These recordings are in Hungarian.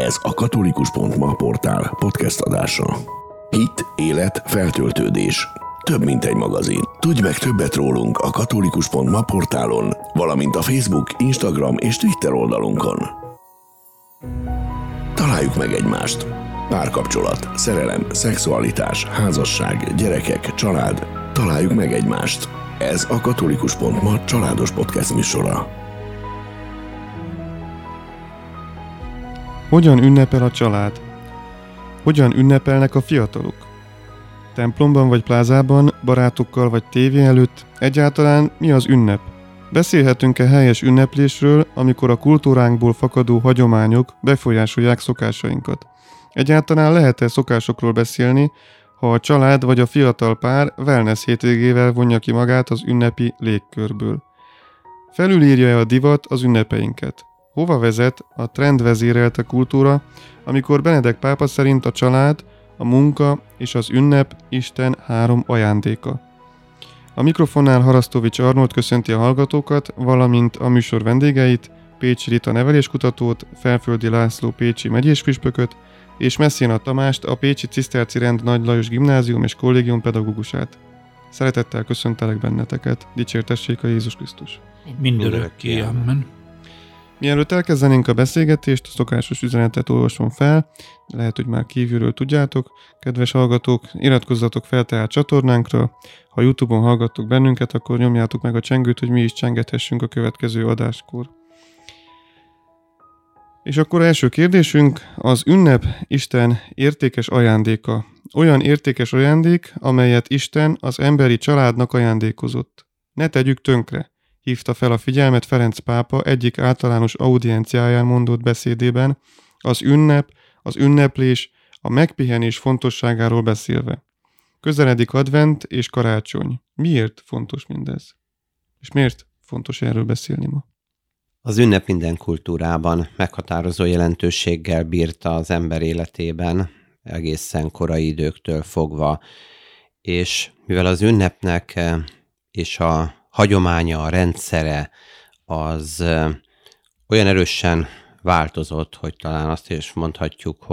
Ez a katolikus.ma portál podcast adása. Hit, élet, feltöltődés. Több mint egy magazin. Tudj meg többet rólunk a katolikus.ma portálon, valamint a Facebook, Instagram és Twitter oldalunkon. Találjuk meg egymást. Párkapcsolat, szerelem, szexualitás, házasság, gyerekek, család. Találjuk meg egymást. Ez a katolikus.ma családos podcast műsora. Hogyan ünnepel a család? Hogyan ünnepelnek a fiatalok? Templomban vagy plázában, barátokkal vagy tévé előtt? Egyáltalán mi az ünnep? Beszélhetünk-e helyes ünneplésről, amikor a kultúránkból fakadó hagyományok befolyásolják szokásainkat? Egyáltalán lehet-e szokásokról beszélni, ha a család vagy a fiatal pár wellness hétvégével vonja ki magát az ünnepi légkörből? Felülírja-e a divat az ünnepeinket? Hova vezet a trendvezérelte kultúra, amikor Benedek pápa szerint a család, a munka és az ünnep Isten három ajándéka? A mikrofonnál Harasztovics Arnold köszönti a hallgatókat, valamint a műsor vendégeit, Pécsi Rita neveléskutatót, Felföldi László pécsi megyéspüspököt, és Messina Tamást, a Pécsi Ciszterci Rend Nagy Lajos Gimnázium és Kollégium pedagógusát. Szeretettel köszöntelek benneteket, dicsértessék a Jézus Krisztus! Mindörökké, amen. Mielőtt elkezdenénk a beszélgetést, a szokásos üzenetet olvasom fel, lehet, hogy már kívülről tudjátok. Kedves hallgatók, iratkozzatok fel tehát csatornánkra, ha YouTube-on hallgattok bennünket, akkor nyomjátok meg a csengőt, hogy mi is csengethessünk a következő adáskor. És akkor első kérdésünk, az ünnep Isten értékes ajándéka. Olyan értékes ajándék, amelyet Isten az emberi családnak ajándékozott. Ne tegyük tönkre, hívta fel a figyelmet Ferenc pápa egyik általános audienciáján mondott beszédében, az ünnep, az ünneplés, a megpihenés fontosságáról beszélve. Közeledik advent és karácsony. Miért fontos mindez? És miért fontos erről beszélni ma? Az ünnep minden kultúrában meghatározó jelentőséggel bírta az ember életében, egészen korai időktől fogva, és mivel az ünnepnek és a hagyománya, a rendszere az olyan erősen változott, hogy talán azt is mondhatjuk,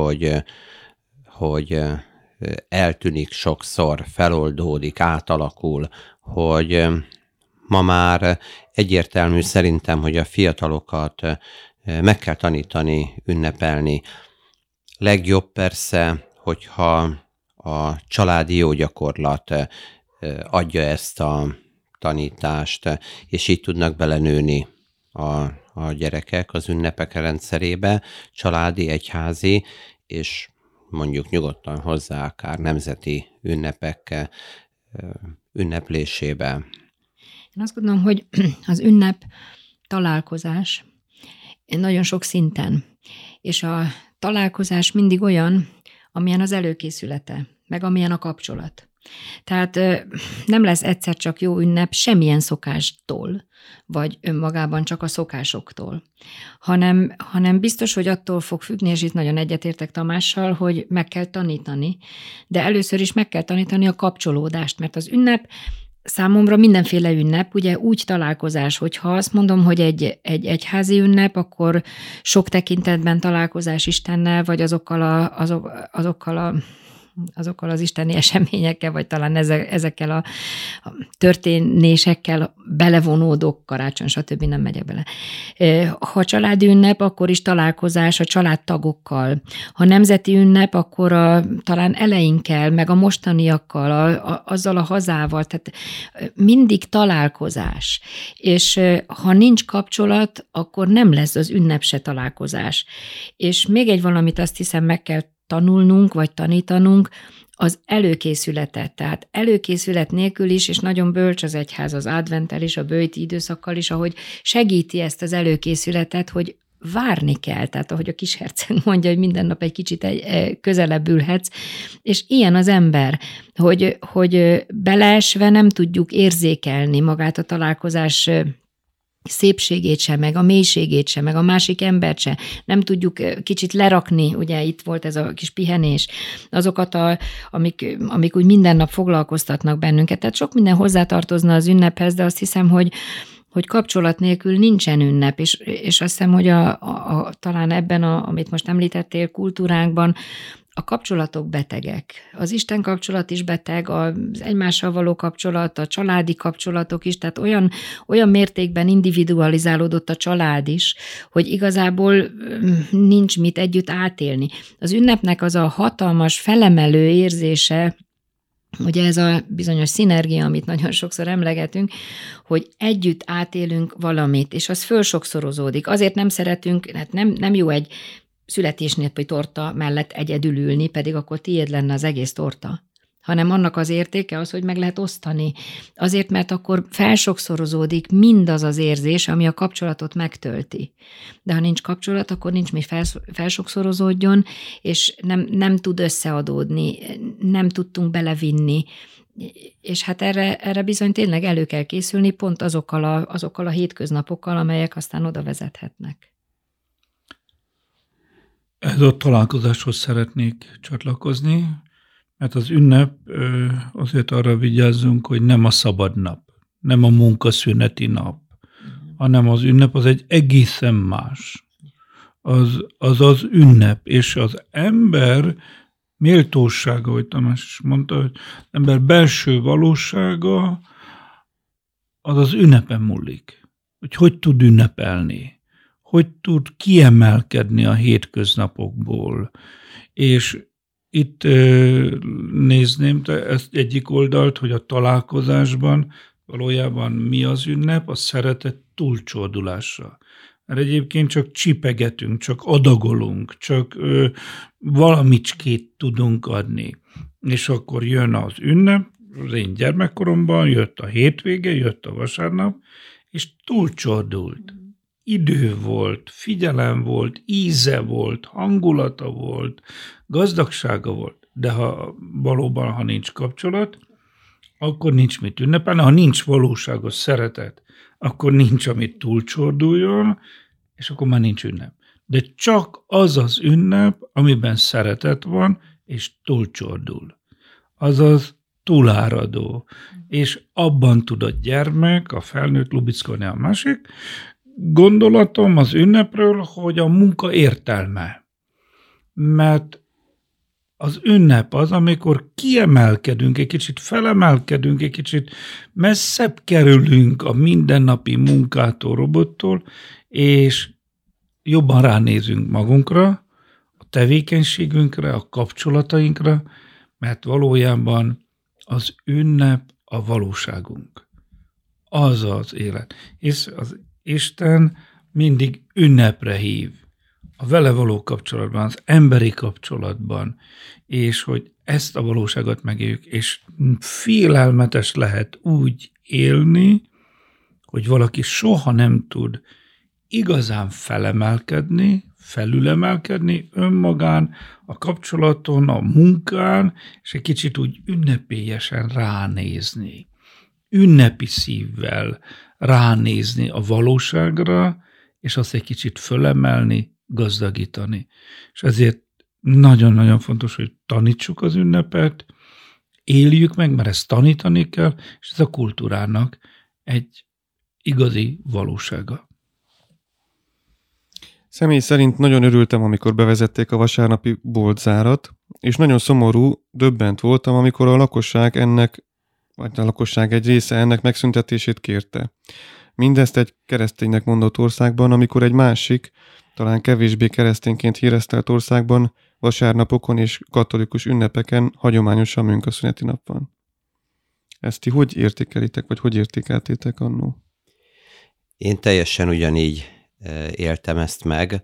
hogy eltűnik sokszor, feloldódik, átalakul, hogy ma már egyértelmű szerintem, hogy a fiatalokat meg kell tanítani, ünnepelni. Legjobb persze, hogyha a családi jó gyakorlat adja ezt a tanítást, és így tudnak belenőni a gyerekek az ünnepek rendszerébe, családi, egyházi, és mondjuk nyugodtan hozzá akár nemzeti ünnepek ünneplésébe. Én azt gondolom, hogy az ünnep találkozás nagyon sok szinten, és a találkozás mindig olyan, amilyen az előkészülete, meg amilyen a kapcsolat. Tehát nem lesz egyszer csak jó ünnep semmilyen szokástól, vagy önmagában csak a szokásoktól, hanem biztos, hogy attól fog függni, és itt nagyon egyetértek Tamással, hogy meg kell tanítani, de először is meg kell tanítani a kapcsolódást, mert az ünnep számomra mindenféle ünnep, ugye úgy találkozás, hogyha azt mondom, hogy egy egyházi ünnep, akkor sok tekintetben találkozás Istennel, vagy azokkal az isteni eseményekkel, vagy talán ezekkel a történésekkel belevonódok, karácsony, stb. Nem megyek bele. Ha családi ünnep, akkor is találkozás a családtagokkal. Ha nemzeti ünnep, akkor talán eleinkkel, meg a mostaniakkal, azzal a hazával, tehát mindig találkozás. És ha nincs kapcsolat, akkor nem lesz az ünnep se találkozás. És még egy valamit azt hiszem meg kell tanulnunk, vagy tanítanunk, az előkészületet. Tehát előkészület nélkül is, és nagyon bölcs az egyház az adventtel is, a böjti időszakkal is, ahogy segíti ezt az előkészületet, hogy várni kell, tehát ahogy a kisherceg mondja, hogy minden nap egy kicsit közelebb ülhetsz, és ilyen az ember, hogy beleesve nem tudjuk érzékelni magát a találkozás szépségét sem, meg a mélységét sem, meg a másik embert sem. Nem tudjuk kicsit lerakni, ugye itt volt ez a kis pihenés, azokat, amik úgy minden nap foglalkoztatnak bennünket. Tehát sok minden hozzátartozna az ünnephez, de azt hiszem, hogy kapcsolat nélkül nincsen ünnep, és azt hiszem, hogy talán ebben, amit most említettél, kultúránkban a kapcsolatok betegek. Az Isten kapcsolat is beteg, az egymással való kapcsolat, a családi kapcsolatok is, tehát olyan mértékben individualizálódott a család is, hogy igazából nincs mit együtt átélni. Az ünnepnek az a hatalmas, felemelő érzése, ugye ez a bizonyos szinergia, amit nagyon sokszor emlegetünk, hogy együtt átélünk valamit, és az fölsokszorozódik. Azért nem szeretünk, hát nem jó egy születésnépi torta mellett egyedül ülni, pedig akkor tiéd lenne az egész torta, hanem annak az értéke az, hogy meg lehet osztani. Azért, mert akkor felsokszorozódik mindaz az érzés, ami a kapcsolatot megtölti. De ha nincs kapcsolat, akkor nincs mi felsokszorozódjon, és nem tud összeadódni, nem tudtunk belevinni. És hát erre bizony tényleg elő kell készülni, pont azokkal a hétköznapokkal, amelyek aztán oda vezethetnek. Ez a találkozáshoz szeretnék csatlakozni, mert az ünnep azért arra vigyázzunk, hogy nem a szabad nap, nem a munkaszüneti nap, hanem az ünnep az egy egészen más. Az ünnep, és az ember méltósága, ahogy Tamás mondta, hogy az ember belső valósága az ünnepen múlik. Hogy tud ünnepelni, hogy tud kiemelkedni a hétköznapokból. És itt nézném ezt egyik oldalt, hogy a találkozásban valójában mi az ünnep? A szeretet túlcsordulása. Mert egyébként csak csipegetünk, csak adagolunk, csak valamicskét tudunk adni. És akkor jön az ünnep, az én gyermekkoromban jött a hétvége, jött a vasárnap, és túlcsordult. Idő volt, figyelem volt, íze volt, hangulata volt, gazdagsága volt, de valóban nincs kapcsolat, akkor nincs mit ünnepelni, ha nincs valóságos szeretet, akkor nincs, amit túlcsorduljon, és akkor már nincs ünnep. De csak az az ünnep, amiben szeretet van, és túlcsordul. Azaz túláradó. És abban tud a gyermek, a felnőtt lubickolni a másik. Gondolatom az ünnepről, hogy a munka értelme. Mert az ünnep az, amikor kiemelkedünk, egy kicsit felemelkedünk, egy kicsit messzebb kerülünk a mindennapi munkától, robottól, és jobban ránézünk magunkra, a tevékenységünkre, a kapcsolatainkra, mert valójában az ünnep a valóságunk. Az az élet. És az Isten mindig ünnepre hív. A vele való kapcsolatban, az emberi kapcsolatban, és hogy ezt a valóságot megéljük, és félelmetes lehet úgy élni, hogy valaki soha nem tud igazán felemelkedni, felülemelkedni önmagán, a kapcsolaton, a munkán, és egy kicsit úgy ünnepélyesen ránézni. Ünnepi szívvel ránézni a valóságra, és azt egy kicsit fölemelni, gazdagítani. És ezért nagyon-nagyon fontos, hogy tanítsuk az ünnepet, éljük meg, mert ezt tanítani kell, és ez a kultúrának egy igazi valósága. Személy szerint nagyon örültem, amikor bevezették a vasárnapi boltzárat, és nagyon szomorú, döbbent voltam, amikor a lakosság egy része ennek megszüntetését kérte. Mindezt egy kereszténynek mondott országban, amikor egy másik, talán kevésbé keresztényként híresztelt országban vasárnapokon és katolikus ünnepeken hagyományosan munkaszüneti nap van. Ezt ti hogy értékelitek, vagy hogy értékeltétek annó? Én teljesen ugyanígy éltem ezt meg.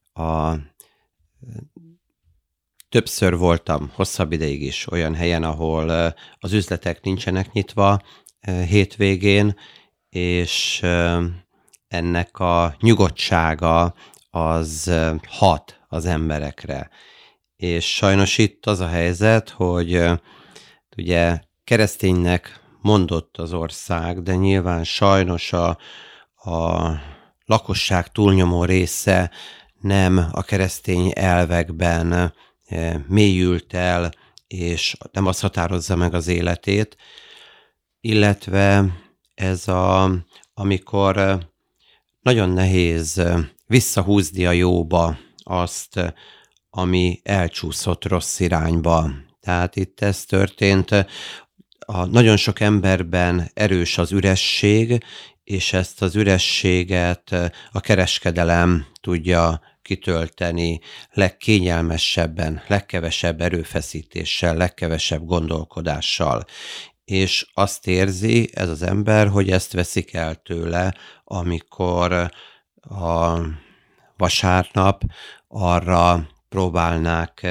Többször voltam hosszabb ideig is olyan helyen, ahol az üzletek nincsenek nyitva hétvégén, és ennek a nyugodtsága az hat az emberekre. És sajnos itt az a helyzet, hogy ugye kereszténynek mondott az ország, de nyilván sajnos a lakosság túlnyomó része nem a keresztény elvekben mélyült el, és nem azt határozza meg az életét, illetve ez amikor nagyon nehéz visszahúzni a jóba azt, ami elcsúszott rossz irányba. Tehát itt ez történt. Nagyon sok emberben erős az üresség, és ezt az ürességet a kereskedelem tudja kitölteni legkényelmesebben, legkevesebb erőfeszítéssel, legkevesebb gondolkodással. És azt érzi ez az ember, hogy ezt veszik el tőle, amikor a vasárnap arra próbálnák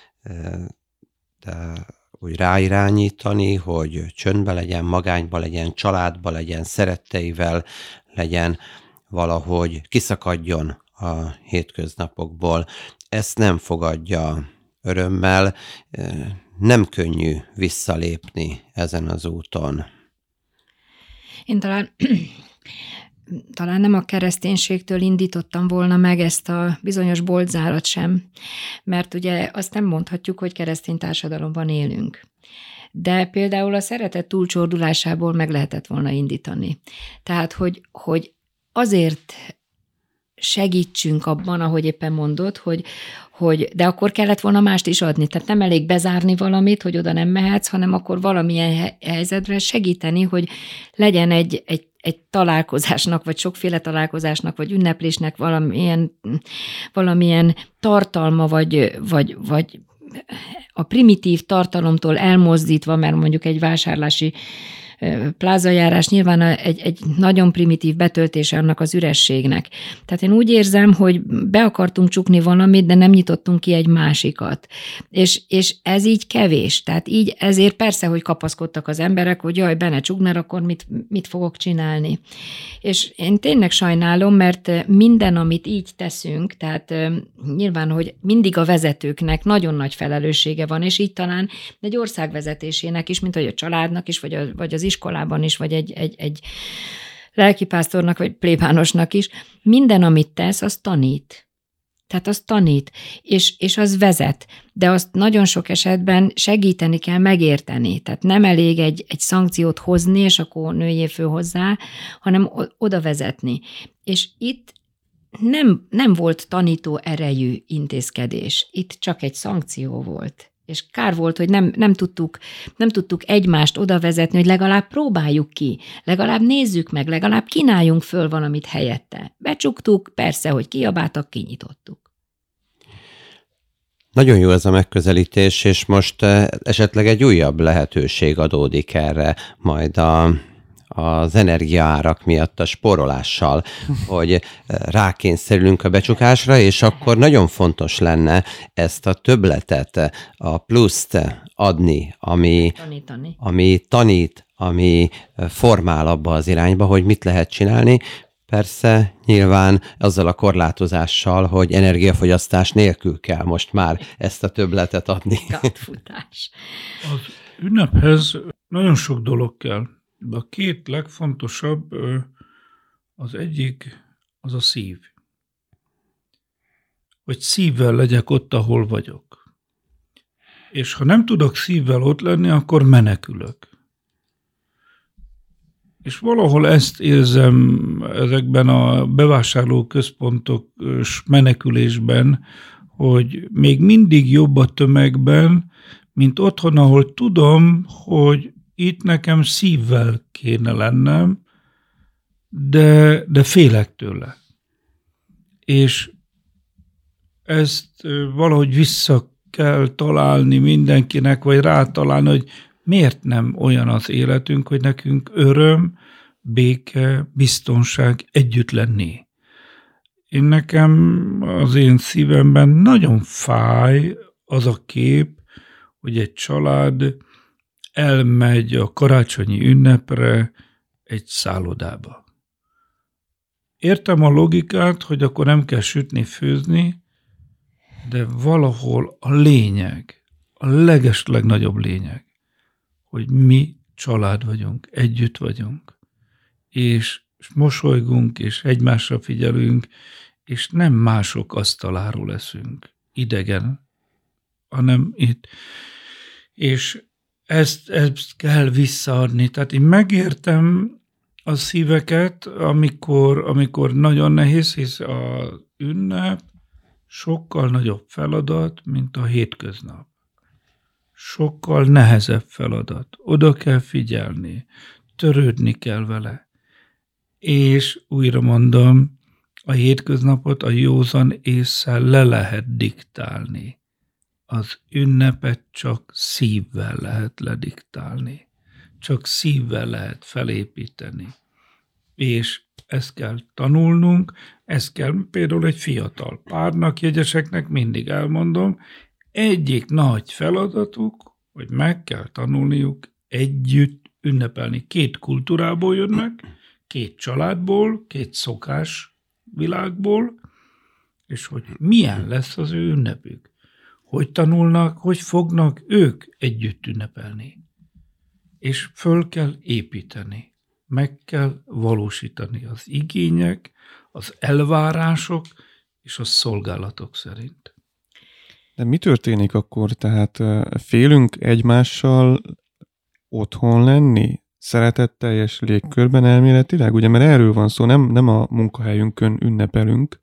úgy ráirányítani, hogy csöndbe legyen, magányba legyen, családba legyen, szeretteivel legyen, valahogy kiszakadjon a hétköznapokból. Ezt nem fogadja örömmel, nem könnyű visszalépni ezen az úton. Én talán nem a kereszténységtől indítottam volna meg ezt a bizonyos boltzárat sem, mert ugye azt nem mondhatjuk, hogy keresztény társadalomban élünk. De például a szeretet túlcsordulásából meg lehetett volna indítani. Tehát, hogy azért segítsünk abban, ahogy éppen mondod, hogy de akkor kellett volna mást is adni. Tehát nem elég bezárni valamit, hogy oda nem mehetsz, hanem akkor valamilyen helyzetre segíteni, hogy legyen egy találkozásnak, vagy sokféle találkozásnak, vagy ünneplésnek valamilyen tartalma, vagy a primitív tartalomtól elmozdítva, mert mondjuk egy vásárlási plázajárás nyilván egy nagyon primitív betöltése annak az ürességnek. Tehát én úgy érzem, hogy be akartunk csukni valamit, de nem nyitottunk ki egy másikat. És ez így kevés. Tehát így ezért persze, hogy kapaszkodtak az emberek, hogy jaj, be ne csuknál, akkor mit fogok csinálni. És én tényleg sajnálom, mert minden, amit így teszünk, tehát nyilván, hogy mindig a vezetőknek nagyon nagy felelőssége van, és így talán egy ország vezetésének is, mint hogy a családnak is, vagy az iskolában is, vagy egy lelkipásztornak, vagy plébánosnak is, minden, amit tesz, az tanít. Tehát az tanít, és az vezet, de azt nagyon sok esetben segíteni kell megérteni. Tehát nem elég egy szankciót hozni, és akkor nőjél föl hozzá, hanem oda vezetni. És itt nem volt tanító erejű intézkedés, itt csak egy szankció volt. És kár volt, hogy nem tudtuk egymást oda vezetni, hogy legalább próbáljuk ki, legalább nézzük meg, legalább kínáljunk föl valamit helyette. Becsuktuk, persze, hogy kiabáltak, kinyitottuk. Nagyon jó ez a megközelítés, és most esetleg egy újabb lehetőség adódik erre majd az energiaárak miatt a spórolással, hogy rákényszerülünk a becsukásra, és akkor nagyon fontos lenne ezt a többletet, a pluszt adni, ami tanít, ami formál abba az irányba, hogy mit lehet csinálni. Persze nyilván azzal a korlátozással, hogy energiafogyasztás nélkül kell most már ezt a többletet adni. Gatfutás. Az ünnephez nagyon sok dolog kell. De a két legfontosabb, az egyik, az a szív. Hogy szívvel legyek ott, ahol vagyok. És ha nem tudok szívvel ott lenni, akkor menekülök. És valahol ezt érzem ezekben a bevásárlóközpontos menekülésben, hogy még mindig jobb a tömegben, mint otthon, ahol tudom, hogy itt nekem szívvel kéne lennem, de félek tőle. És ezt valahogy vissza kell találni mindenkinek, vagy rátalálni, hogy miért nem olyan az életünk, hogy nekünk öröm, béke, biztonság együtt lenni. Nekem az én szívemben nagyon fáj az a kép, hogy egy család elmegy a karácsonyi ünnepre egy szállodába. Értem a logikát, hogy akkor nem kell sütni, főzni, de valahol a lényeg, a legeslegnagyobb lényeg, hogy mi család vagyunk, együtt vagyunk, és mosolygunk, és egymásra figyelünk, és nem mások asztaláról leszünk, idegen, hanem itt. És ezt kell visszaadni. Tehát én megértem a szíveket, amikor nagyon nehéz, hisz az ünnep sokkal nagyobb feladat, mint a hétköznap. Sokkal nehezebb feladat. Oda kell figyelni, törődni kell vele. És újra mondom, a hétköznapot a józan ésszel le lehet diktálni. Az ünnepet csak szívvel lehet lediktálni. Csak szívvel lehet felépíteni. És ezt kell tanulnunk, ezt kell például egy fiatal párnak, jegyeseknek mindig elmondom, egyik nagy feladatuk, hogy meg kell tanulniuk együtt ünnepelni. 2 kultúrából jönnek, 2 családból, 2 szokás világból, és hogy milyen lesz az ő ünnepük. Hogy tanulnak, hogy fognak ők együtt ünnepelni. És föl kell építeni, meg kell valósítani az igények, az elvárások és a szolgálatok szerint. De mi történik akkor? Tehát félünk egymással otthon lenni? Szeretetteljes légkörben elméletileg? Ugye, mert erről van szó, nem a munkahelyünkön ünnepelünk.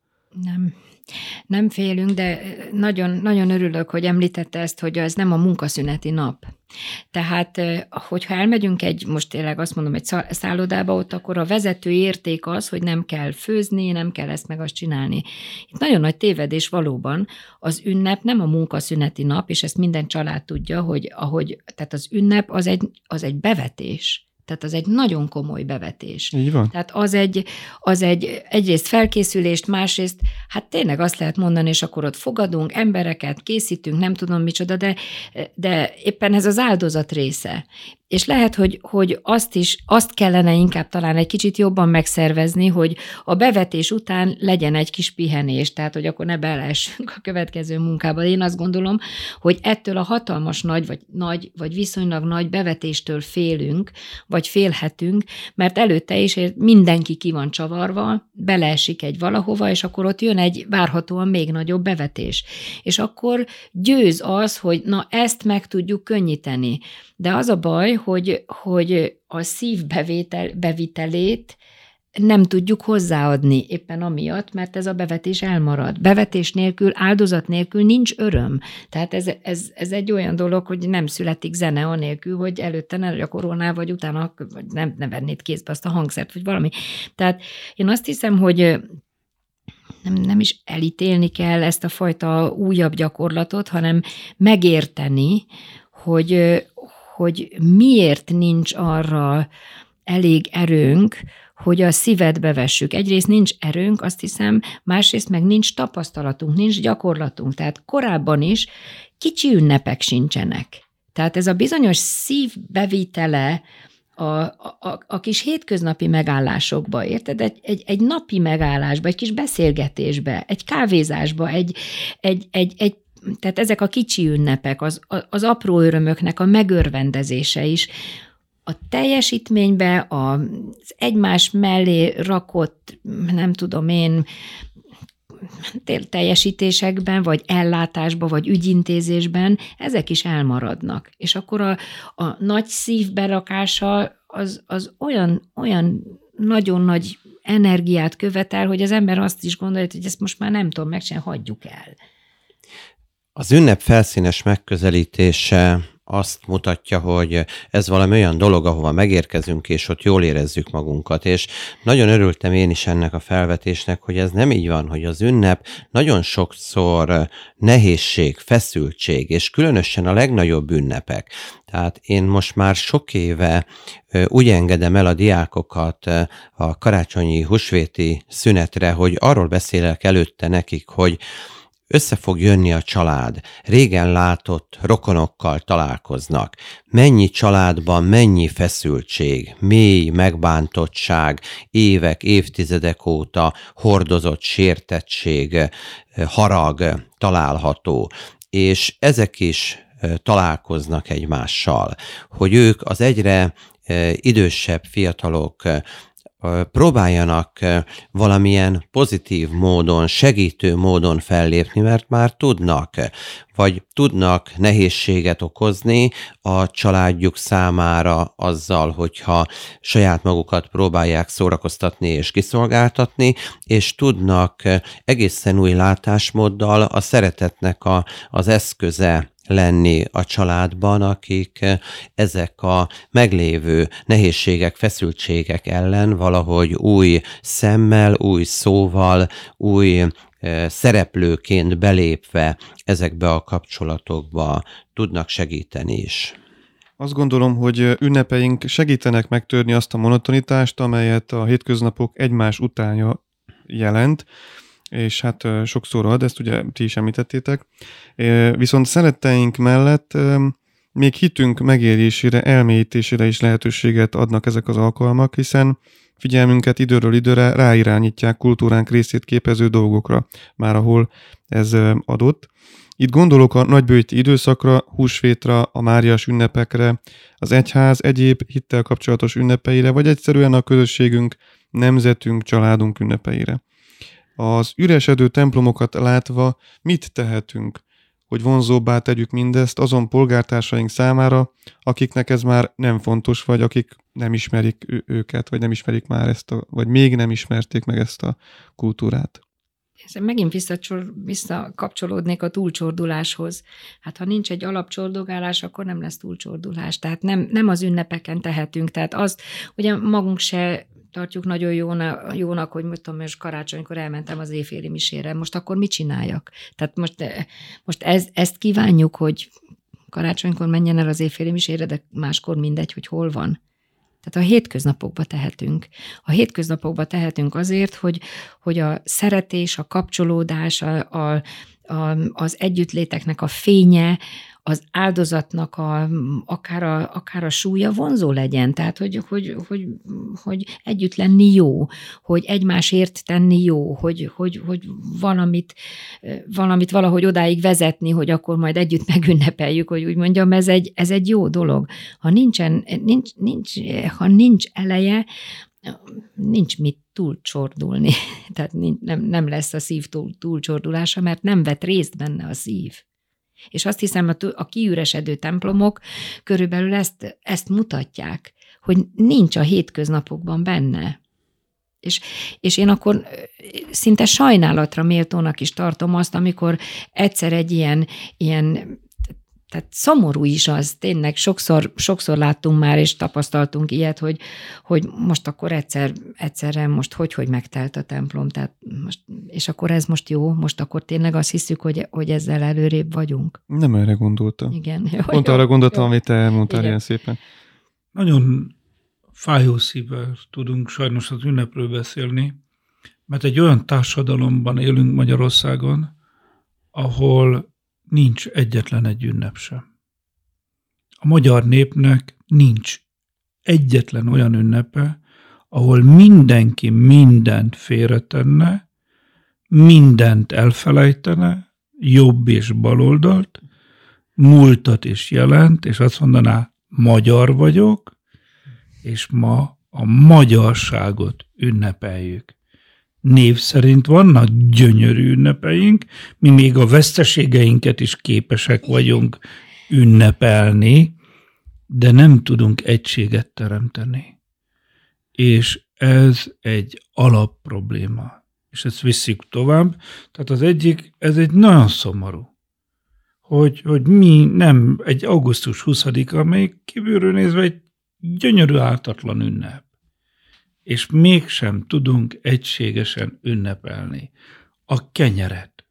Nem félünk, de nagyon, nagyon örülök, hogy említette ezt, hogy ez nem a munkaszüneti nap. Tehát, hogyha elmegyünk most tényleg azt mondom, egy szállodába, ott akkor a vezető érték az, hogy nem kell főzni, nem kell ezt meg azt csinálni. Itt nagyon nagy tévedés valóban. Az ünnep nem a munkaszüneti nap, és ezt minden család tudja, tehát az ünnep az egy bevetés. Tehát az egy nagyon komoly bevetés. Így van. Tehát az egyrészt felkészülést, másrészt, hát tényleg azt lehet mondani, és akkor ott fogadunk, embereket készítünk, nem tudom micsoda, de éppen ez az áldozat része. És lehet, hogy azt kellene inkább talán egy kicsit jobban megszervezni, hogy a bevetés után legyen egy kis pihenés, tehát hogy akkor ne beleessünk a következő munkába. Én azt gondolom, hogy ettől a hatalmas vagy viszonylag nagy bevetéstől félünk, vagy félhetünk, mert előtte is mindenki ki van csavarva, beleesik egy valahova, és akkor ott jön egy várhatóan még nagyobb bevetés. És akkor győz az, hogy na ezt meg tudjuk könnyíteni. De az a baj, hogy a szív bevitelét nem tudjuk hozzáadni éppen amiatt, mert ez a bevetés elmarad. Bevetés nélkül, áldozat nélkül nincs öröm. Tehát ez egy olyan dolog, hogy nem születik zene anélkül, hogy előtte ne gyakorolnál, vagy utána vagy nem vennéd kézbe azt a hangszert, vagy valami. Tehát én azt hiszem, hogy nem is elítélni kell ezt a fajta újabb gyakorlatot, hanem megérteni, hogy miért nincs arra elég erőnk, hogy a szívet bevessük. Egyrészt nincs erőnk, azt hiszem, másrészt meg nincs tapasztalatunk, nincs gyakorlatunk. Tehát korábban is kicsi ünnepek sincsenek. Tehát ez a bizonyos szívbevitele a kis hétköznapi megállásokba, érted? Egy napi megállásba, egy kis beszélgetésbe, egy kávézásba, tehát ezek a kicsi ünnepek, az apró örömöknek a megörvendezése is, a teljesítménybe, az egymás mellé rakott, nem tudom én, teljesítésekben, vagy ellátásban, vagy ügyintézésben, ezek is elmaradnak. És akkor a nagy szívberakása az olyan nagyon nagy energiát követel, hogy az ember azt is gondolja, hogy ezt most már nem tudom megcsinálni, hagyjuk el. Az ünnep felszínes megközelítése azt mutatja, hogy ez valami olyan dolog, ahova megérkezünk, és ott jól érezzük magunkat. És nagyon örültem én is ennek a felvetésnek, hogy ez nem így van, hogy az ünnep nagyon sokszor nehézség, feszültség, és különösen a legnagyobb ünnepek. Tehát én most már sok éve úgy engedem el a diákokat a karácsonyi húsvéti szünetre, hogy arról beszélek előtte nekik, hogy össze fog jönni a család, régen látott rokonokkal találkoznak. Mennyi családban, mennyi feszültség, mély megbántottság, évek, évtizedek óta hordozott sértettség, harag található. És ezek is találkoznak egymással, hogy ők az egyre idősebb fiatalok próbáljanak valamilyen pozitív módon, segítő módon fellépni, mert már tudnak nehézséget okozni a családjuk számára azzal, hogyha saját magukat próbálják szórakoztatni és kiszolgáltatni, és tudnak egészen új látásmóddal a szeretetnek az eszköze lenni a családban, akik ezek a meglévő nehézségek, feszültségek ellen valahogy új szemmel, új szóval, új szereplőként belépve ezekbe a kapcsolatokba tudnak segíteni is. Azt gondolom, hogy ünnepeink segítenek megtörni azt a monotonitást, amelyet a hétköznapok egymás utánja jelent, és hát sokszor ad, ezt ugye ti is említettétek. Viszont szeretteink mellett még hitünk megérésére, elmélyítésére is lehetőséget adnak ezek az alkalmak, hiszen figyelmünket időről időre ráirányítják kultúránk részét képező dolgokra, már ahol ez adott. Itt gondolok a nagybőjti időszakra, húsvétra, a máriás ünnepekre, az egyház egyéb hittel kapcsolatos ünnepeire, vagy egyszerűen a közösségünk, nemzetünk, családunk ünnepeire. Az üresedő templomokat látva mit tehetünk, hogy vonzóbbá tegyük mindezt azon polgártársaink számára, akiknek ez már nem fontos, vagy akik nem ismerik őket, vagy nem ismerik már vagy még nem ismerték meg ezt a kultúrát. Megint visszakapcsolódnék a túlcsorduláshoz. Hát ha nincs egy alapcsordogálás, akkor nem lesz túlcsordulás. Tehát nem az ünnepeken tehetünk. Tehát azt, ugye magunk se tartjuk nagyon jónak, hogy most karácsonykor elmentem az éjféli misére. Most akkor mit csináljak? Tehát most ezt kívánjuk, hogy karácsonykor menjen el az éjféli misére, de máskor mindegy, hogy hol van. Tehát a hétköznapokba tehetünk. A hétköznapokba tehetünk azért, hogy a szeretés, a kapcsolódás, az együttléteknek a fénye, az áldozatnak akár a súlya vonzó legyen. Tehát, hogy együtt lenni jó, hogy egymásért tenni jó, hogy valamit valahogy odáig vezetni, hogy akkor majd együtt megünnepeljük, hogy úgy mondjam, ez egy jó dolog. Ha nincs eleje, nincs mit túlcsordulni. Tehát nem lesz a szív túlcsordulása, mert nem vett részt benne a szív. És azt hiszem, a kiüresedő templomok körülbelül ezt mutatják, hogy nincs a hétköznapokban benne. És én akkor szinte sajnálatra méltónak is tartom azt, amikor egyszer egy ilyen tehát szomorú is az, tényleg sokszor láttunk már, és tapasztaltunk ilyet, hogy most akkor egyszerre most hogy megtelt a templom, tehát és akkor ez most jó, most akkor tényleg azt hiszük, hogy ezzel előrébb vagyunk. Nem erre gondoltam. Igen. Pont arra gondoltam, amit te elmondtál. Igen. Ilyen szépen. Nagyon fájó szívvel tudunk sajnos az ünnepről beszélni, mert egy olyan társadalomban élünk Magyarországon, ahol nincs egyetlen egy ünnep sem. A magyar népnek nincs egyetlen olyan ünnepe, ahol mindenki mindent félretenne, mindent elfelejtene, jobb és baloldalt, múltat és jelent, és azt mondaná, magyar vagyok, és ma a magyarságot ünnepeljük. Név szerint vannak gyönyörű ünnepeink, mi még a veszteségeinket is képesek vagyunk ünnepelni, de nem tudunk egységet teremteni. És ez egy alapprobléma. És ezt visszük tovább. Tehát az egyik, ez egy nagyon szomorú, hogy mi nem egy augusztus 20-a, amely kívülről nézve egy gyönyörű ártatlan ünnep. És mégsem tudunk egységesen ünnepelni a kenyeret,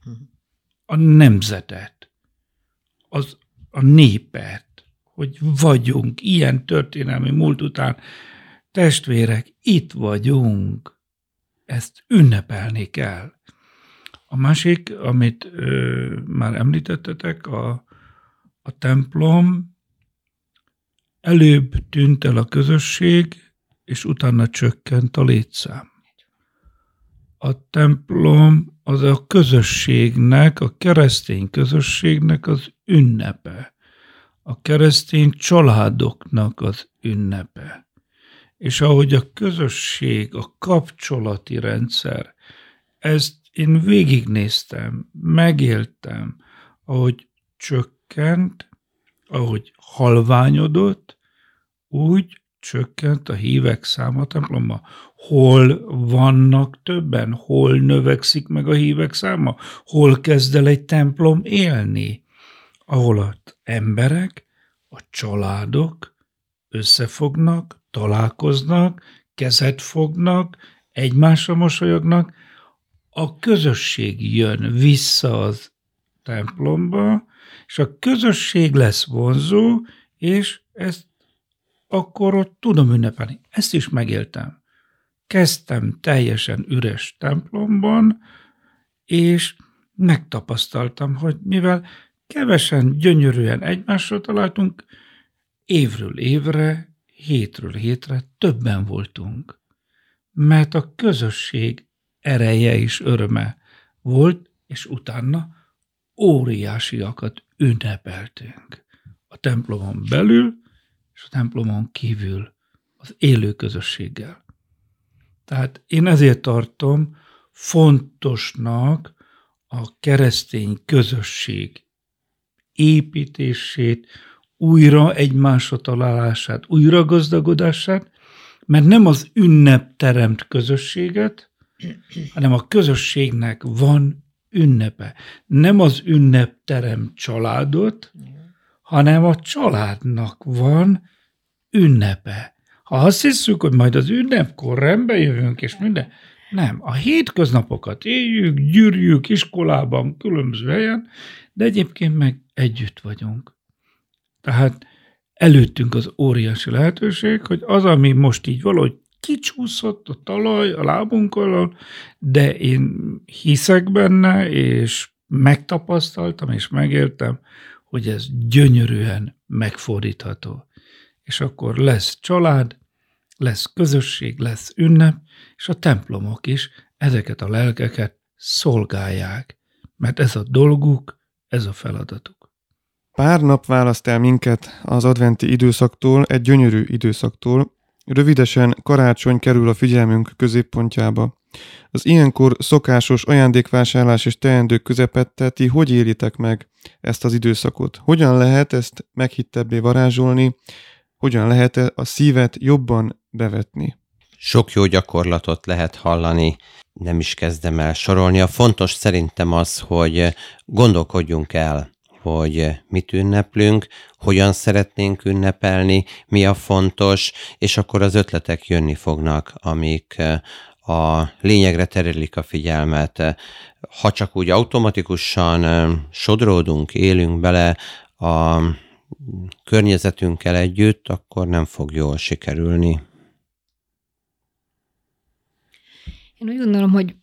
a nemzetet, a népet, hogy vagyunk ilyen történelmi múlt után, testvérek, itt vagyunk, ezt ünnepelni kell. A másik, amit már említettetek, a templom, előbb tűnt el a közösség, és utána csökkent a létszám. A templom az a közösségnek, a keresztény közösségnek az ünnepe. A keresztény családoknak az ünnepe. és ahogy a közösség, a kapcsolati rendszer, ezt én végignéztem, megéltem, ahogy csökkent, ahogy halványodott, úgy csökkent a hívek száma a templomban. Hol vannak többen? Hol növekszik meg a hívek száma? Hol kezd el egy templom élni? Ahol az emberek, a családok összefognak, találkoznak, kezet fognak, egymásra mosolyognak, a közösség jön vissza az templomba, és a közösség lesz vonzó, és ezt akkor ott tudom ünnepelni. Ezt is megéltem. Kezdtem teljesen üres templomban, és megtapasztaltam, hogy mivel kevesen, gyönyörűen egymásra találtunk, évről évre, hétről hétre többen voltunk. Mert a közösség ereje és öröme volt, és utána óriásiakat ünnepeltünk. A templomon belül, és a templomon kívül az élő közösséggel. Tehát én ezért tartom fontosnak a keresztény közösség építését, újra egymásra találását, újra gazdagodását, mert nem az ünnep teremt közösséget, hanem a közösségnek van ünnepe. Nem az ünnep teremt családot, hanem a családnak van ünnepe. Ha azt hiszük, hogy majd az ünnepkor rendbe jövünk, és minden, nem. A hétköznapokat éljük, gyűrjük iskolában, különböző helyen, de egyébként meg együtt vagyunk. Tehát előttünk az óriási lehetőség, hogy az, ami most így valahogy kicsúszott a talaj a lábunk alól, de én hiszek benne, és megtapasztaltam, és megéltem, hogy ez gyönyörűen megfordítható. És akkor lesz család, lesz közösség, lesz ünnep, és a templomok is ezeket a lelkeket szolgálják, mert ez a dolguk, ez a feladatuk. Pár nap választ el minket az adventi időszaktól, egy gyönyörű időszaktól. Rövidesen karácsony kerül a figyelmünk középpontjába. Az ilyenkor szokásos ajándékvásárlás és teendők közepette ti hogy élitek meg ezt az időszakot? Hogyan lehet ezt meghittebbé varázsolni? Hogyan lehet a szívet jobban bevetni? Sok jó gyakorlatot lehet hallani, nem is kezdem el sorolni. A fontos szerintem az, hogy gondolkodjunk el, hogy mit ünneplünk, hogyan szeretnénk ünnepelni, mi a fontos, és akkor az ötletek jönni fognak, amik a lényegre terelik a figyelmet. Ha csak úgy automatikusan sodródunk, élünk bele a környezetünkkel együtt, akkor nem fog jól sikerülni. Én úgy gondolom, hogy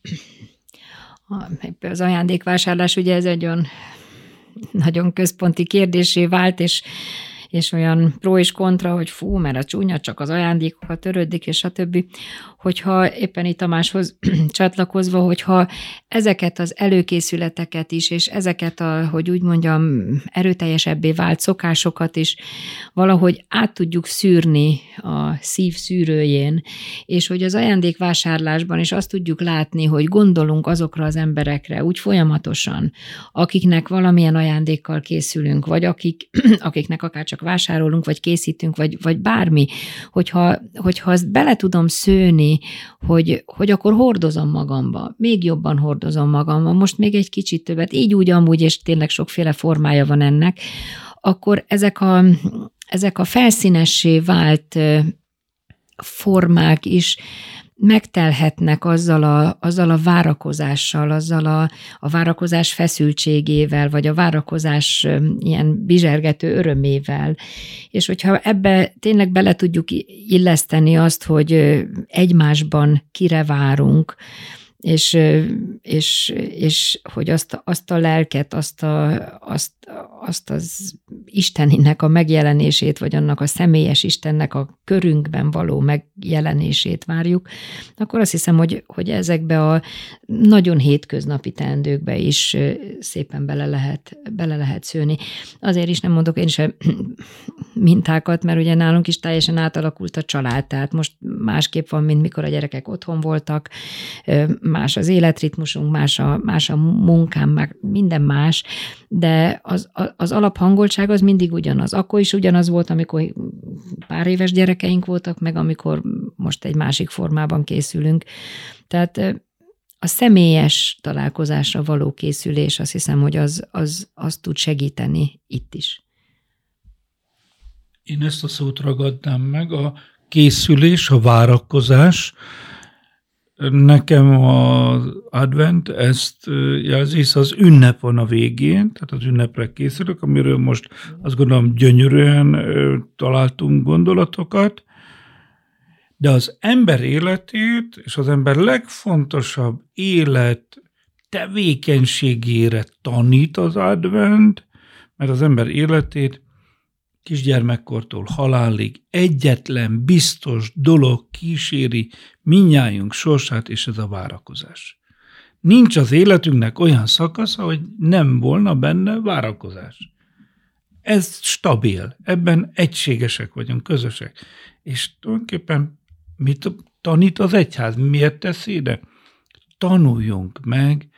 az ajándékvásárlás ugye ez egy olyan nagyon központi kérdésé vált, és olyan pro és kontra, hogy fú, mert a csúnya csak az ajándékokat törődik, és stb. Hogyha éppen itt Tamáshoz csatlakozva, hogyha ezeket az előkészületeket is, és ezeket hogy úgy mondjam, erőteljesebbé vált szokásokat is valahogy át tudjuk szűrni a szív szűrőjén, és hogy az ajándékvásárlásban is azt tudjuk látni, hogy gondolunk azokra az emberekre úgy folyamatosan, akiknek valamilyen ajándékkal készülünk, vagy akiknek akár csak vásárolunk, vagy készítünk, vagy bármi, hogyha azt bele tudom szőni, hogy akkor hordozom magamba, még jobban hordozom magamba, most még egy kicsit többet, így úgy amúgy, és tényleg sokféle formája van ennek, akkor ezek a felszínessé vált formák is megtelhetnek azzal a várakozással, azzal a várakozás feszültségével, vagy a várakozás ilyen bizsergető örömével. És hogyha ebbe tényleg bele tudjuk illeszteni azt, hogy egymásban kire várunk, és hogy azt a lelket, azt az Isteninek a megjelenését, vagy annak a személyes Istennek a körünkben való megjelenését várjuk, akkor azt hiszem, hogy ezekbe a nagyon hétköznapi teendőkbe is szépen bele lehet szőni. Azért is nem mondok én sem mintákat, mert ugye nálunk is teljesen átalakult a család, tehát most másképp van, mint mikor a gyerekek otthon voltak, más az életritmusunk, más a munkám, meg minden más, de az alaphangoltság az mindig ugyanaz. Akkor is ugyanaz volt, amikor pár éves gyerekeink voltak, meg amikor most egy másik formában készülünk. Tehát a személyes találkozásra való készülés, azt hiszem, hogy az tud segíteni itt is. Én ezt a szót ragadnám meg, a készülés, a várakozás. Nekem az advent ezt jelzi, az ünnep van a végén, tehát az ünnepre készülök, amiről most azt gondolom gyönyörűen találtunk gondolatokat, de az ember életét és az ember legfontosabb élet tevékenységére tanít az advent, mert az ember életét kisgyermekkortól halálig egyetlen biztos dolog kíséri mindnyájunk sorsát, és ez a várakozás. Nincs az életünknek olyan szakasza, hogy nem volna benne várakozás. Ez stabil, ebben egységesek vagyunk, közösek. És tulajdonképpen mit tanít az egyház? Miért tesz ide? Tanuljunk meg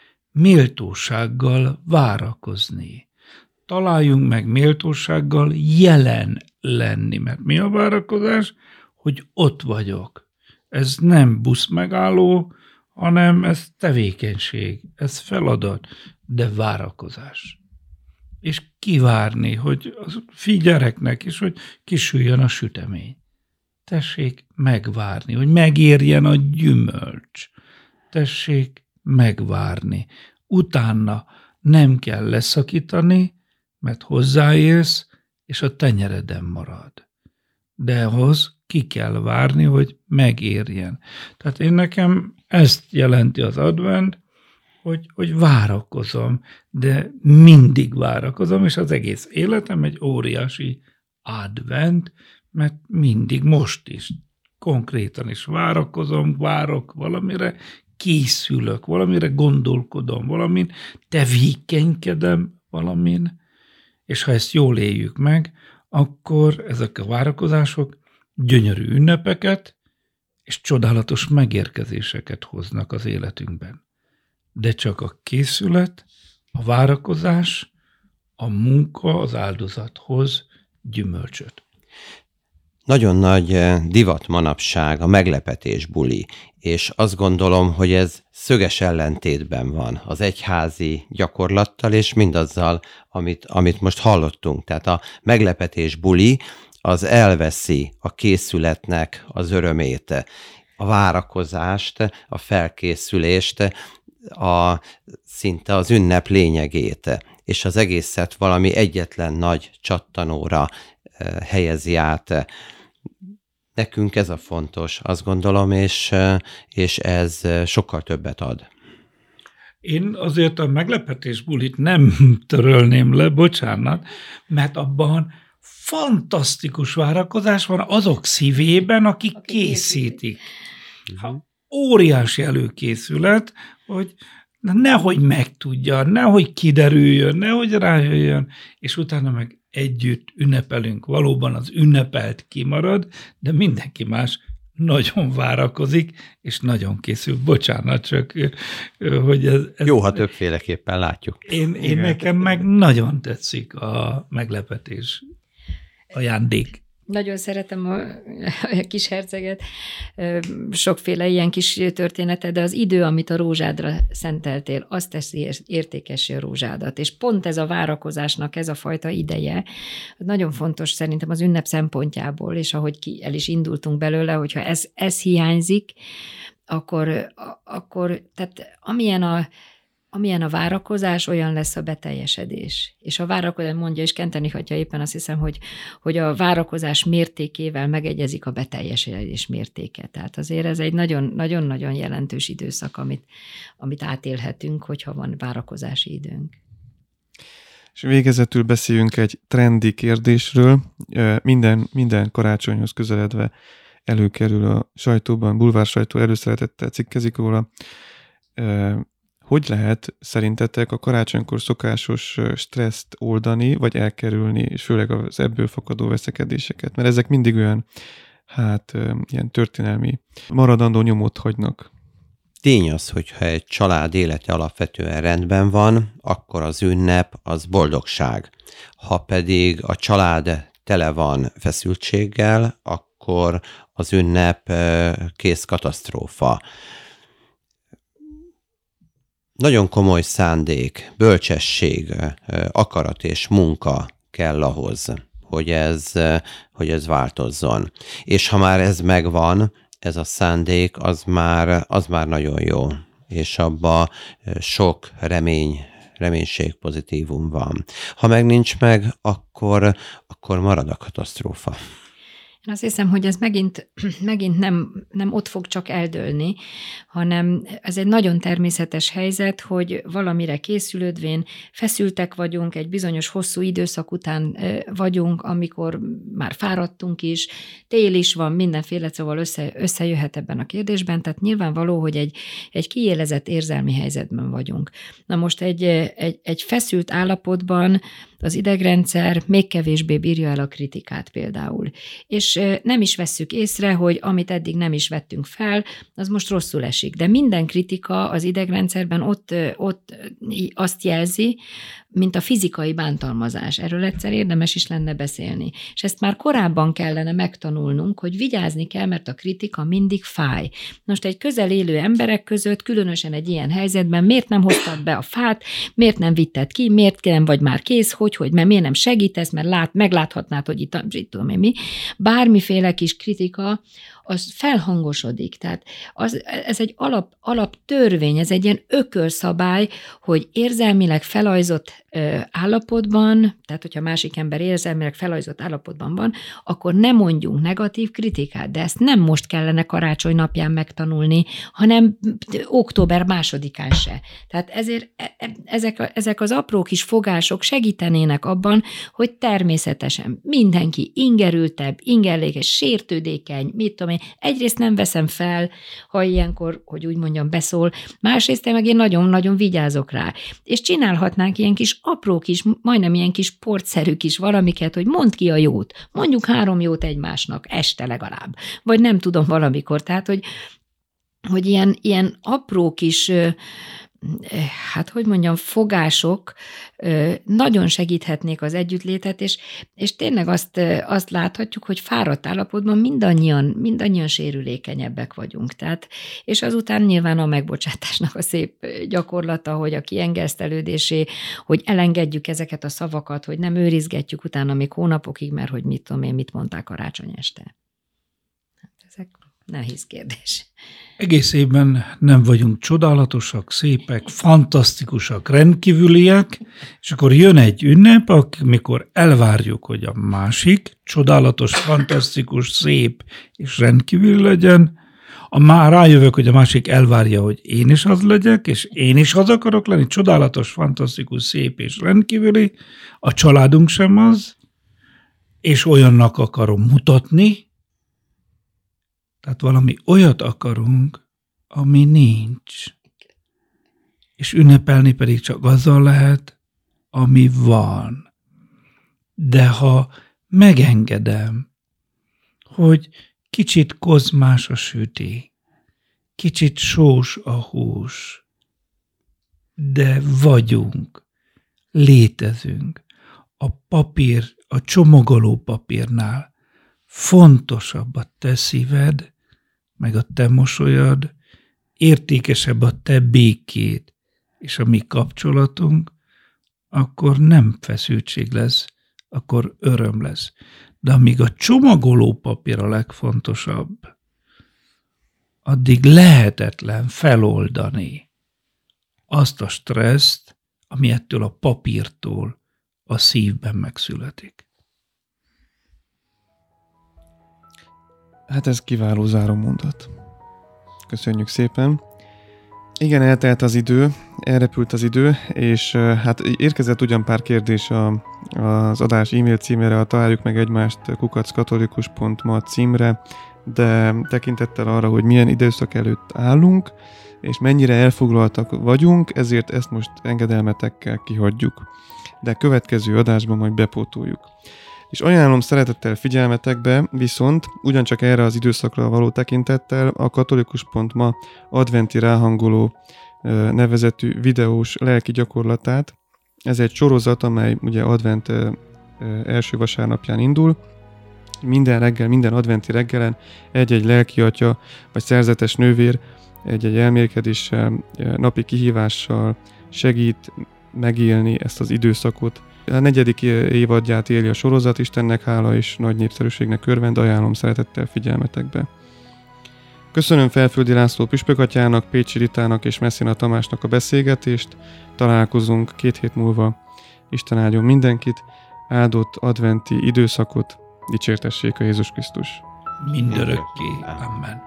méltósággal várakozni. Találjunk meg méltósággal jelen lenni, mert mi a várakozás? Hogy ott vagyok. Ez nem buszmegálló, hanem ez tevékenység, ez feladat, de várakozás. És kivárni, hogy a gyereknek is, hogy kisüljön a sütemény. Tessék megvárni, hogy megérjen a gyümölcs. Tessék megvárni. Utána nem kell leszakítani, mert hozzáérsz, és a tenyereden marad. De ahhoz ki kell várni, hogy megérjen. Tehát én nekem ezt jelenti az advent, hogy várakozom, de mindig várakozom, és az egész életem egy óriási advent, mert mindig, most is, konkrétan is várakozom, várok valamire, készülök, valamire gondolkodom, valamin, tevékenykedem valamin, és ha ezt jól éljük meg, akkor ezek a várakozások gyönyörű ünnepeket és csodálatos megérkezéseket hoznak az életünkben. De csak a készület, a várakozás, a munka, az áldozat hoz gyümölcsöt. Nagyon nagy divat manapság a meglepetés buli, és azt gondolom, hogy ez szöges ellentétben van az egyházi gyakorlattal, és mindazzal, amit most hallottunk. Tehát a meglepetés buli az elveszi a készületnek az örömét, a várakozást, a felkészülést, szinte az ünnep lényegét, és az egészet valami egyetlen nagy csattanóra helyezi át. Nekünk ez a fontos, azt gondolom, és ez sokkal többet ad. Én azért a meglepetés bulit nem törölném le, bocsánat, mert abban fantasztikus várakozás van azok szívében, akik készítik. Óriási előkészület, hogy nehogy megtudja, nehogy kiderüljön, nehogy rájöjjön, és utána meg együtt ünnepelünk. Valóban az ünnepelt kimarad, de mindenki más nagyon várakozik, és nagyon készül. Bocsánat, csak hogy ez jó, ha többféleképpen látjuk. Én nekem meg nagyon tetszik a meglepetés ajándék. Nagyon szeretem a kis herceget, sokféle ilyen kis története, de az idő, amit a rózsádra szenteltél, azt teszi értékessé a rózsádat. És pont ez a várakozásnak, ez a fajta ideje, nagyon fontos szerintem az ünnep szempontjából, és ahogy el is indultunk belőle, hogyha ez hiányzik, akkor tehát amilyen a várakozás, olyan lesz a beteljesedés. És a várakozás, mondja is Kentenich atya, éppen azt hiszem, hogy a várakozás mértékével megegyezik a beteljesedés mértéke. Tehát azért ez egy nagyon-nagyon jelentős időszak, amit átélhetünk, hogyha van várakozási időnk. És végezetül beszéljünk egy trendi kérdésről. Minden karácsonyhoz közeledve előkerül a sajtóban, bulvár sajtó előszeretettel cikkezik róla. Hogy lehet szerintetek a karácsonykor szokásos stresszt oldani, vagy elkerülni, és főleg az ebből fakadó veszekedéseket? Mert ezek mindig olyan, ilyen történelmi maradandó nyomot hagynak. Tény az, hogyha egy család élete alapvetően rendben van, akkor az ünnep az boldogság. Ha pedig a család tele van feszültséggel, akkor az ünnep kész katasztrófa. Nagyon komoly szándék, bölcsesség, akarat és munka kell ahhoz, hogy ez változzon. És ha már ez megvan, ez a szándék, az már nagyon jó. És abba sok reménység, pozitívum van. Ha meg nincs meg, akkor marad a katasztrófa. Én azt hiszem, hogy ez megint nem ott fog csak eldőlni, hanem ez egy nagyon természetes helyzet, hogy valamire készülődvén feszültek vagyunk, egy bizonyos hosszú időszak után vagyunk, amikor már fáradtunk is, tél is van, mindenféle, szóval összejöhet ebben a kérdésben, tehát nyilvánvaló, hogy egy kiélezett érzelmi helyzetben vagyunk. Na most egy feszült állapotban az idegrendszer még kevésbé bírja el a kritikát például. És nem is vesszük észre, hogy amit eddig nem is vettünk fel, az most rosszul esik. De minden kritika az idegrendszerben ott azt jelzi, mint a fizikai bántalmazás. Erről egyszer érdemes is lenne beszélni. És ezt már korábban kellene megtanulnunk, hogy vigyázni kell, mert a kritika mindig fáj. Most egy közel élő emberek között, különösen egy ilyen helyzetben, miért nem hoztad be a fát, miért nem vitted ki, miért nem vagy már kész, mert miért nem segítesz, mert megláthatnád, hogy itt tudom én mi. Bármiféle kis kritika, az felhangosodik. Tehát ez egy alaptörvény, ez egy ilyen ökölszabály, hogy érzelmileg felajzott állapotban, tehát hogyha másik ember érzelmileg felajzott állapotban van, akkor ne mondjunk negatív kritikát, de ezt nem most kellene karácsony napján megtanulni, hanem október 2-án se. Tehát ezért ezek az apró kis fogások segítenének abban, hogy természetesen mindenki ingerültebb, ingerlékes, sértődékeny, mit tudom én, egyrészt nem veszem fel, ha ilyenkor, hogy úgy mondjam, beszól, másrészt meg én nagyon-nagyon vigyázok rá. És csinálhatnánk ilyen kis apró kis, majdnem ilyen kis portszerű kis valamiket, hogy mondd ki a jót. Mondjuk 3 jót egymásnak, este legalább. Vagy nem tudom valamikor. Tehát, hogy ilyen apró kis, fogások nagyon segíthetnék az együttlétet, és tényleg azt láthatjuk, hogy fáradt állapotban mindannyian sérülékenyebbek vagyunk. Tehát, és azután nyilván a megbocsátásnak a szép gyakorlata, hogy a kiengesztelődésé, hogy elengedjük ezeket a szavakat, hogy nem őrizgetjük utána még hónapokig, mert hogy mit tudom én, mit mondták karácsony este. Ezek nehéz kérdés. Egész évben nem vagyunk csodálatosak, szépek, fantasztikusak, rendkívüliek, és akkor jön egy ünnep, amikor elvárjuk, hogy a másik csodálatos, fantasztikus, szép és rendkívüli legyen. Már rájövök, hogy a másik elvárja, hogy én is az legyek, és én is az akarok lenni, csodálatos, fantasztikus, szép és rendkívüli. A családunk sem az, és olyannak akarom mutatni, tehát valami olyat akarunk, ami nincs. És ünnepelni pedig csak azzal lehet, ami van. De ha megengedem, hogy kicsit kozmás a süti, kicsit sós a hús, de vagyunk, létezünk. A csomagoló papírnál fontosabb a te szíved, meg a te mosolyad, értékesebb a te békét és a mi kapcsolatunk, akkor nem feszültség lesz, akkor öröm lesz. De amíg a csomagoló papír a legfontosabb, addig lehetetlen feloldani azt a stresszt, ami ettől a papírtól a szívben megszületik. Hát ez kiváló zárómondat. Köszönjük szépen. Igen, eltelt az idő, elrepült az idő, és hát érkezett ugyan pár kérdés az adás e-mail címére, a találjuk meg egymást @katolikus.ma címre, de tekintettel arra, hogy milyen időszak előtt állunk, és mennyire elfoglaltak vagyunk, ezért ezt most engedelmetekkel kihagyjuk. De következő adásban majd bepótoljuk. És ajánlom szeretettel figyelmetekbe, viszont ugyancsak erre az időszakra való tekintettel a katolikus.ma adventi ráhangoló nevezetű videós lelki gyakorlatát. Ez egy sorozat, amely ugye advent első vasárnapján indul. Minden reggel, minden adventi reggelen egy-egy lelkiatya vagy szerzetes nővér egy-egy elmélkedéssel, napi kihívással segít megélni ezt az időszakot. A 4. évadját éli a sorozat, Istennek hála és nagy népszerűségnek örvend, ajánlom szeretettel figyelmetekbe. Köszönöm Felföldi László püspökatyának, Pécsi Ritának és Messina Tamásnak a beszélgetést, találkozunk 2 hét múlva. Isten áldjon mindenkit, áldott adventi időszakot, dicsértessék a Jézus Krisztus. Mindörökké. Amen.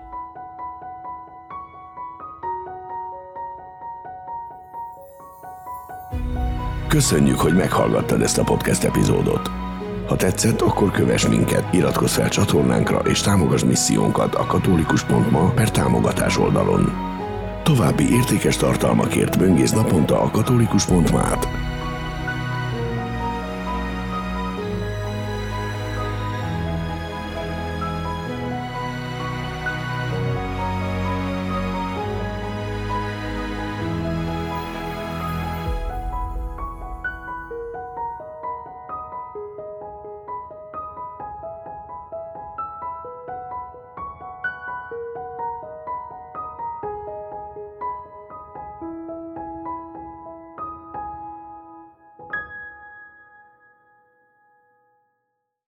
Köszönjük, hogy meghallgattad ezt a podcast epizódot. Ha tetszett, akkor kövess minket, iratkozz fel csatornánkra és támogass missziónkat a katolikus.ma/támogatás oldalon. További értékes tartalmakért böngész naponta a katolikus.ma-t.